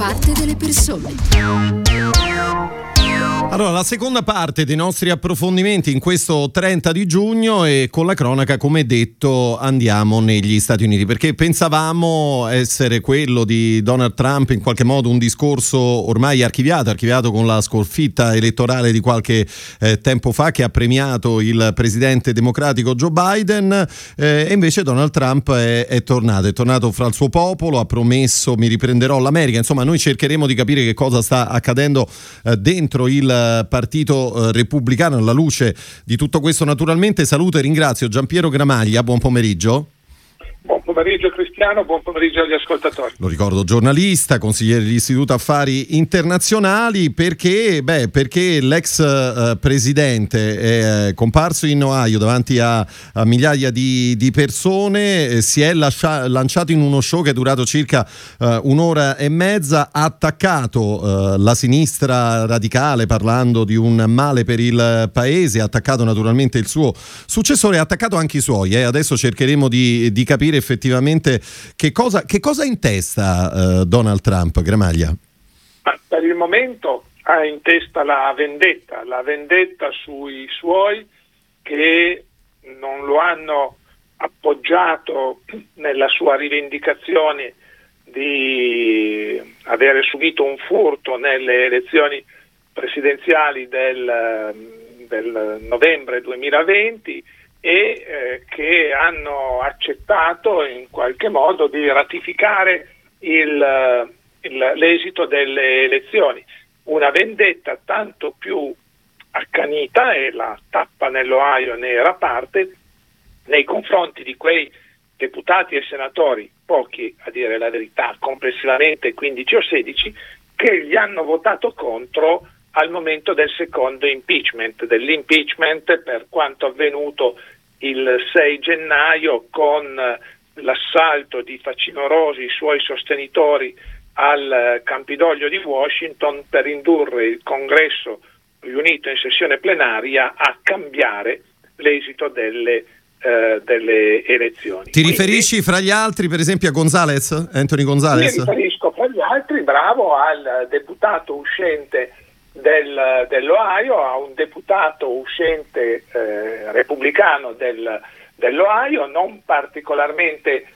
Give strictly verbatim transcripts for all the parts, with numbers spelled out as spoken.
parte delle persone. Allora, la seconda parte dei nostri approfondimenti in questo trenta di giugno, e con la cronaca, come detto, andiamo negli Stati Uniti, perché pensavamo essere quello di Donald Trump in qualche modo un discorso ormai archiviato, archiviato con la sconfitta elettorale di qualche eh, tempo fa che ha premiato il presidente democratico Joe Biden, eh, e invece Donald Trump è, è tornato, è tornato fra il suo popolo, ha promesso mi riprenderò l'America. Insomma, noi cercheremo di capire che cosa sta accadendo eh, dentro il Partito Repubblicano alla luce di tutto questo. Naturalmente saluto e ringrazio Giampiero Gramaglia, buon pomeriggio. Buon pomeriggio Cristiano, buon pomeriggio agli ascoltatori. Lo ricordo, giornalista, consigliere dell'Istituto Affari Internazionali, perché beh, perché l'ex eh, presidente è comparso in Ohio davanti a, a migliaia di, di persone, eh, si è lascia, lanciato in uno show che è durato circa eh, un'ora e mezza, ha attaccato eh, la sinistra radicale parlando di un male per il paese, ha attaccato naturalmente il suo successore, ha attaccato anche i suoi. Eh. Adesso cercheremo di, di capire effettivamente che cosa, che cosa ha in testa uh, Donald Trump, Gramaglia. Ma per il momento ha in testa la vendetta, la vendetta sui suoi che non lo hanno appoggiato nella sua rivendicazione di avere subito un furto nelle elezioni presidenziali del, del novembre duemilaventi, e eh, che hanno accettato in qualche modo di ratificare il, il, l'esito delle elezioni. Una vendetta tanto più accanita, e la tappa nell'Ohio ne era parte, nei confronti di quei deputati e senatori, pochi a dire la verità, complessivamente quindici o sedici, che gli hanno votato contro al momento del secondo impeachment, dell'impeachment per quanto avvenuto il sei gennaio con l'assalto di facinorosi suoi sostenitori al Campidoglio di Washington per indurre il Congresso riunito in sessione plenaria a cambiare l'esito delle, eh, delle elezioni. Ti Quindi, riferisci fra gli altri per esempio a Gonzales, Anthony Gonzales? Mi riferisco fra gli altri, bravo, al deputato uscente Del, dell'Ohio, a un deputato uscente eh, repubblicano del, dell'Ohio, non particolarmente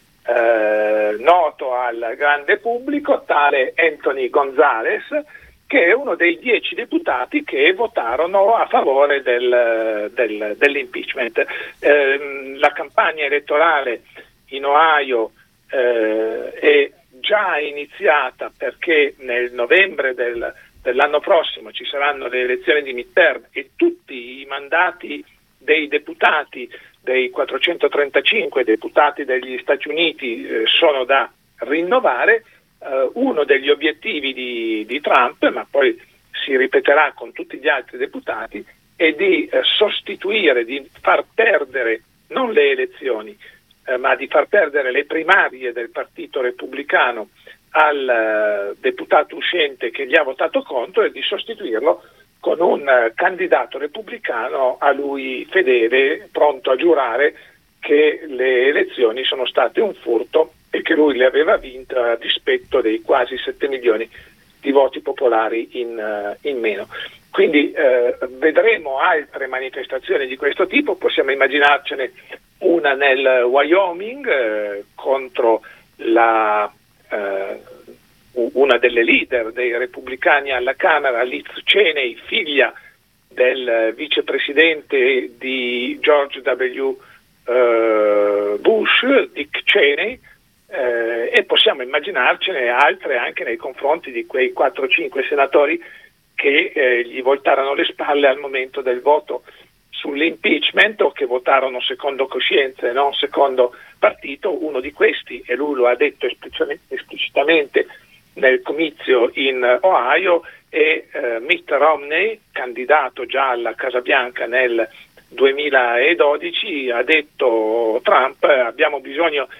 eh, noto al grande pubblico, tale Anthony Gonzales, che è uno dei dieci deputati che votarono a favore del, del, dell'impeachment. Eh, la campagna elettorale in Ohio eh, è già iniziata, perché nel novembre del dell'anno prossimo ci saranno le elezioni di midterm e tutti i mandati dei deputati, dei quattrocentotrentacinque deputati degli Stati Uniti eh, sono da rinnovare. Eh, uno degli obiettivi di, di Trump, ma poi si ripeterà con tutti gli altri deputati, è di eh, sostituire, di far perdere non le elezioni, eh, ma di far perdere le primarie del Partito Repubblicano al uh, deputato uscente che gli ha votato contro, e di sostituirlo con un uh, candidato repubblicano a lui fedele, pronto a giurare che le elezioni sono state un furto e che lui le aveva vinte a dispetto dei quasi sette milioni di voti popolari in, uh, in meno. Quindi uh, vedremo altre manifestazioni di questo tipo, possiamo immaginarcene una nel Wyoming uh, contro la Uh, una delle leader dei repubblicani alla Camera, Liz Cheney, figlia del vicepresidente di George W. Uh, Bush, Dick Cheney, uh, e possiamo immaginarcene altre anche nei confronti di quei quattro cinque senatori che uh, gli voltarono le spalle al momento del voto sull'impeachment, o che votarono secondo coscienza e non secondo partito. Uno di questi, e lui lo ha detto esplicitamente nel comizio in Ohio, è eh, Mitt Romney, candidato già alla Casa Bianca nel duemiladodici. Ha detto Trump: abbiamo bisogno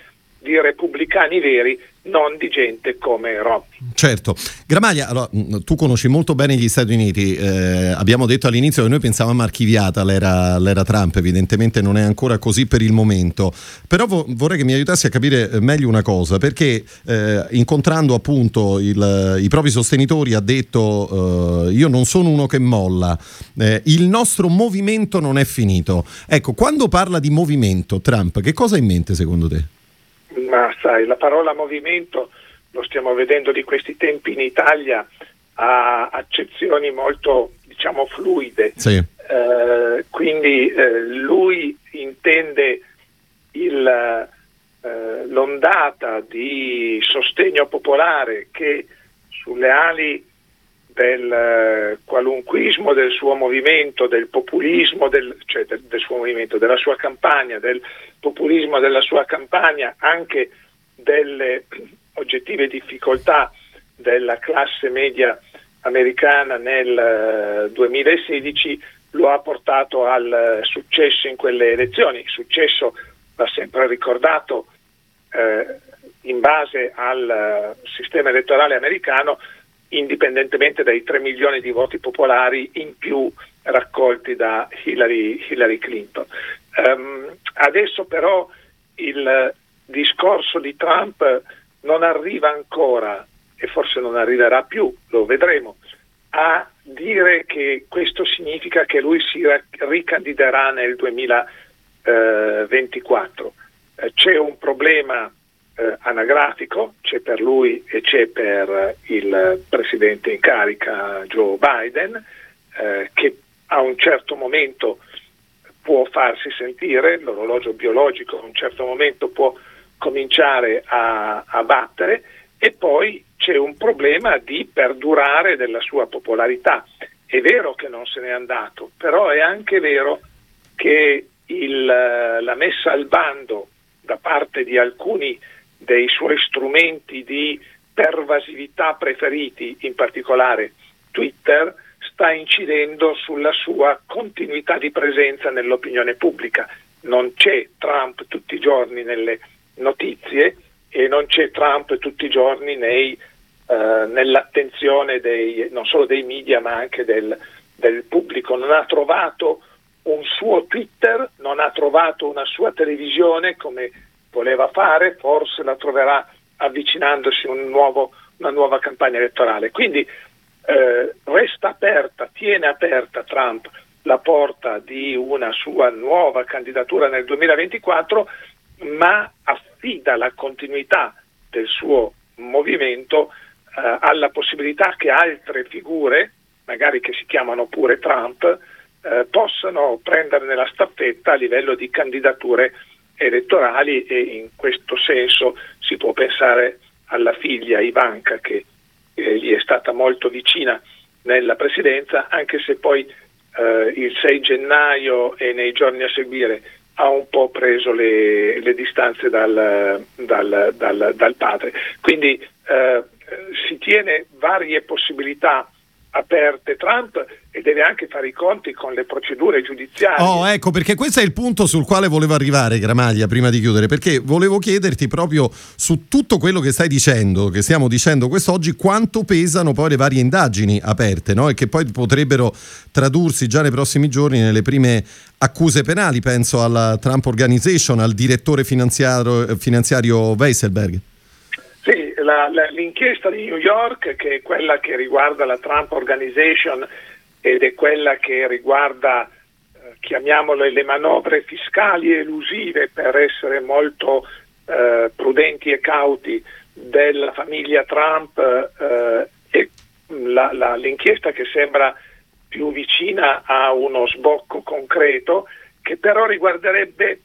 di repubblicani veri, non di gente come Romney. Certo. Gramaglia, allora, tu conosci molto bene gli Stati Uniti, eh, abbiamo detto all'inizio che noi pensavamo archiviata l'era, l'era Trump, evidentemente non è ancora così per il momento, però vo- vorrei che mi aiutassi a capire meglio una cosa, perché eh, incontrando appunto il, i propri sostenitori ha detto eh, io non sono uno che molla, eh, il nostro movimento non è finito. Ecco, quando parla di movimento Trump, che cosa ha in mente secondo te? Ma sai, la parola movimento, lo stiamo vedendo di questi tempi in Italia, ha accezioni molto, diciamo, fluide. Sì. Eh, quindi eh, lui intende il, eh, l'ondata di sostegno popolare che sulle ali del eh, qualunquismo del suo movimento, del populismo, del, cioè del, del suo movimento, della sua campagna, del populismo della sua campagna, anche delle oggettive difficoltà della classe media americana nel eh, duemilasedici, lo ha portato al successo in quelle elezioni. Il successo va sempre ricordato eh, in base al uh, sistema elettorale americano, indipendentemente dai tre milioni di voti popolari in più raccolti da Hillary, Hillary Clinton. Um, adesso però il discorso di Trump non arriva ancora, e forse non arriverà più, lo vedremo, a dire che questo significa che lui si ricandiderà nel duemilaventiquattro. Eh, c'è un problema Eh, anagrafico, c'è per lui e c'è per il presidente in carica Joe Biden, eh, che a un certo momento può farsi sentire, l'orologio biologico a un certo momento può cominciare a, a battere, e poi c'è un problema di perdurare della sua popolarità. È vero che non se n'è andato, però è anche vero che il, la messa al bando da parte di alcuni dei suoi strumenti di pervasività preferiti, in particolare Twitter, sta incidendo sulla sua continuità di presenza nell'opinione pubblica. Non c'è Trump tutti i giorni nelle notizie e non c'è Trump tutti i giorni nei, eh, nell'attenzione dei, non solo dei media ma anche del, del pubblico. Non ha trovato un suo Twitter, non ha trovato una sua televisione come voleva fare, forse la troverà avvicinandosi a un nuovo, una nuova campagna elettorale. Quindi eh, resta aperta, tiene aperta Trump la porta di una sua nuova candidatura nel duemilaventiquattro, ma affida la continuità del suo movimento eh, alla possibilità che altre figure, magari che si chiamano pure Trump, eh, possano prenderne la staffetta a livello di candidature elettorali, e in questo senso si può pensare alla figlia Ivanka, che eh, gli è stata molto vicina nella presidenza, anche se poi eh, il sei gennaio e nei giorni a seguire ha un po' preso le, le distanze dal, dal, dal, dal padre. Quindi eh, si tiene varie possibilità aperte Trump, e deve anche fare i conti con le procedure giudiziarie. Oh, ecco, perché questo è il punto sul quale volevo arrivare, Gramaglia, prima di chiudere, perché volevo chiederti proprio su tutto quello che stai dicendo, che stiamo dicendo quest'oggi, quanto pesano poi le varie indagini aperte, no? E che poi potrebbero tradursi già nei prossimi giorni nelle prime accuse penali. Penso alla Trump Organization, al direttore finanziario, finanziario Weisselberg. Sì, la, la, l'inchiesta di New York, che è quella che riguarda la Trump Organization ed è quella che riguarda, eh, chiamiamole, le manovre fiscali elusive, per essere molto eh, prudenti e cauti, della famiglia Trump, eh, e la, la, l'inchiesta che sembra più vicina a uno sbocco concreto, che però riguarderebbe,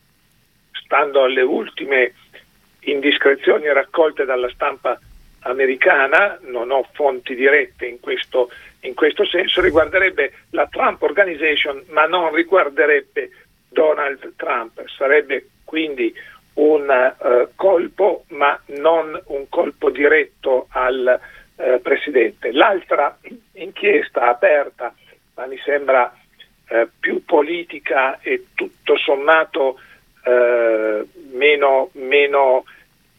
stando alle ultime indiscrezioni raccolte dalla stampa americana, non ho fonti dirette in questo, in questo senso, riguarderebbe la Trump Organization, ma non riguarderebbe Donald Trump. Sarebbe quindi un uh, colpo, ma non un colpo diretto al uh, presidente. L'altra inchiesta aperta, ma mi sembra uh, più politica e tutto sommato Uh, meno, meno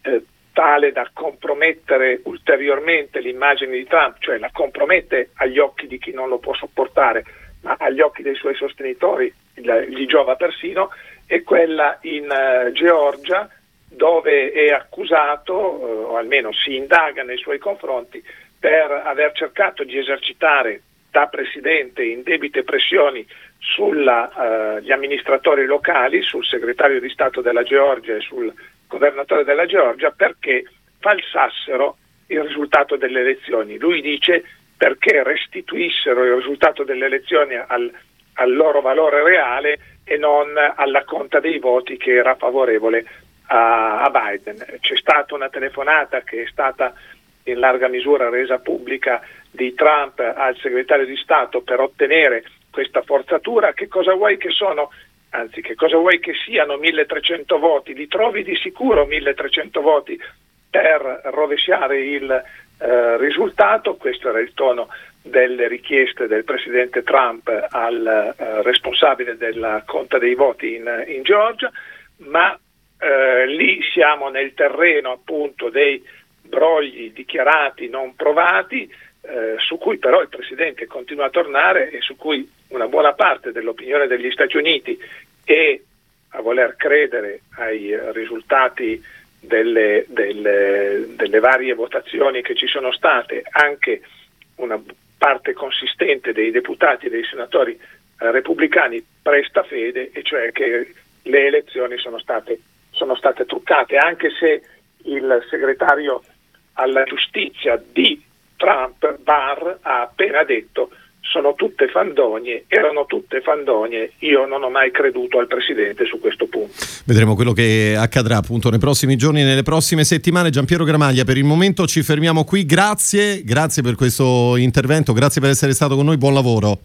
eh, tale da compromettere ulteriormente l'immagine di Trump, cioè la compromette agli occhi di chi non lo può sopportare, ma agli occhi dei suoi sostenitori gli giova persino, è quella in uh, Georgia, dove è accusato, uh, o almeno si indaga nei suoi confronti, per aver cercato di esercitare da presidente indebite pressioni sugli uh, amministratori locali, sul segretario di Stato della Georgia e sul governatore della Georgia, perché falsassero il risultato delle elezioni. Lui dice perché restituissero il risultato delle elezioni al, al loro valore reale e non alla conta dei voti che era favorevole a, a Biden. C'è stata una telefonata che è stata in larga misura resa pubblica di Trump al segretario di Stato per ottenere questa forzatura. Che cosa vuoi che sono, anzi che cosa vuoi che siano milletrecento voti? Li trovi di sicuro milletrecento voti per rovesciare il eh, risultato? Questo era il tono delle richieste del presidente Trump al eh, responsabile della conta dei voti in, in Georgia, ma eh, lì siamo nel terreno appunto dei brogli dichiarati non provati, eh, su cui però il presidente continua a tornare e su cui una buona parte dell'opinione degli Stati Uniti è a voler credere ai risultati delle, delle, delle varie votazioni che ci sono state, anche una parte consistente dei deputati e dei senatori eh, repubblicani presta fede, e cioè che le elezioni sono state, sono state truccate, anche se il segretario alla giustizia di Trump, Barr, ha appena detto sono tutte fandonie, erano tutte fandonie, io non ho mai creduto al presidente su questo punto. Vedremo quello che accadrà appunto nei prossimi giorni, nelle prossime settimane. Giampiero Gramaglia, per il momento ci fermiamo qui, grazie, grazie per questo intervento, grazie per essere stato con noi, buon lavoro.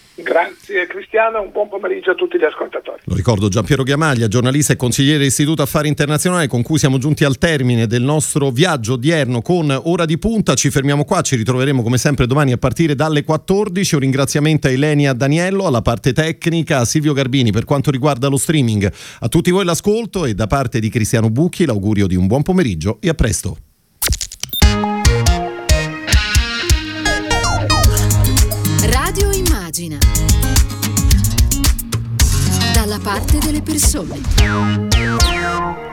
Grazie Cristiano, un buon pomeriggio a tutti gli ascoltatori. Lo ricordo, Giampiero Gramaglia, giornalista e consigliere dell'Istituto Affari Internazionali, con cui siamo giunti al termine del nostro viaggio odierno con Ora di Punta. Ci fermiamo qua, ci ritroveremo come sempre domani a partire dalle quattordici. Un ringraziamento a Ilenia Daniello, alla parte tecnica, a Silvio Garbini per quanto riguarda lo streaming. A tutti voi l'ascolto e da parte di Cristiano Bucchi l'augurio di un buon pomeriggio e a presto. Radio Immagina, dalla parte delle persone.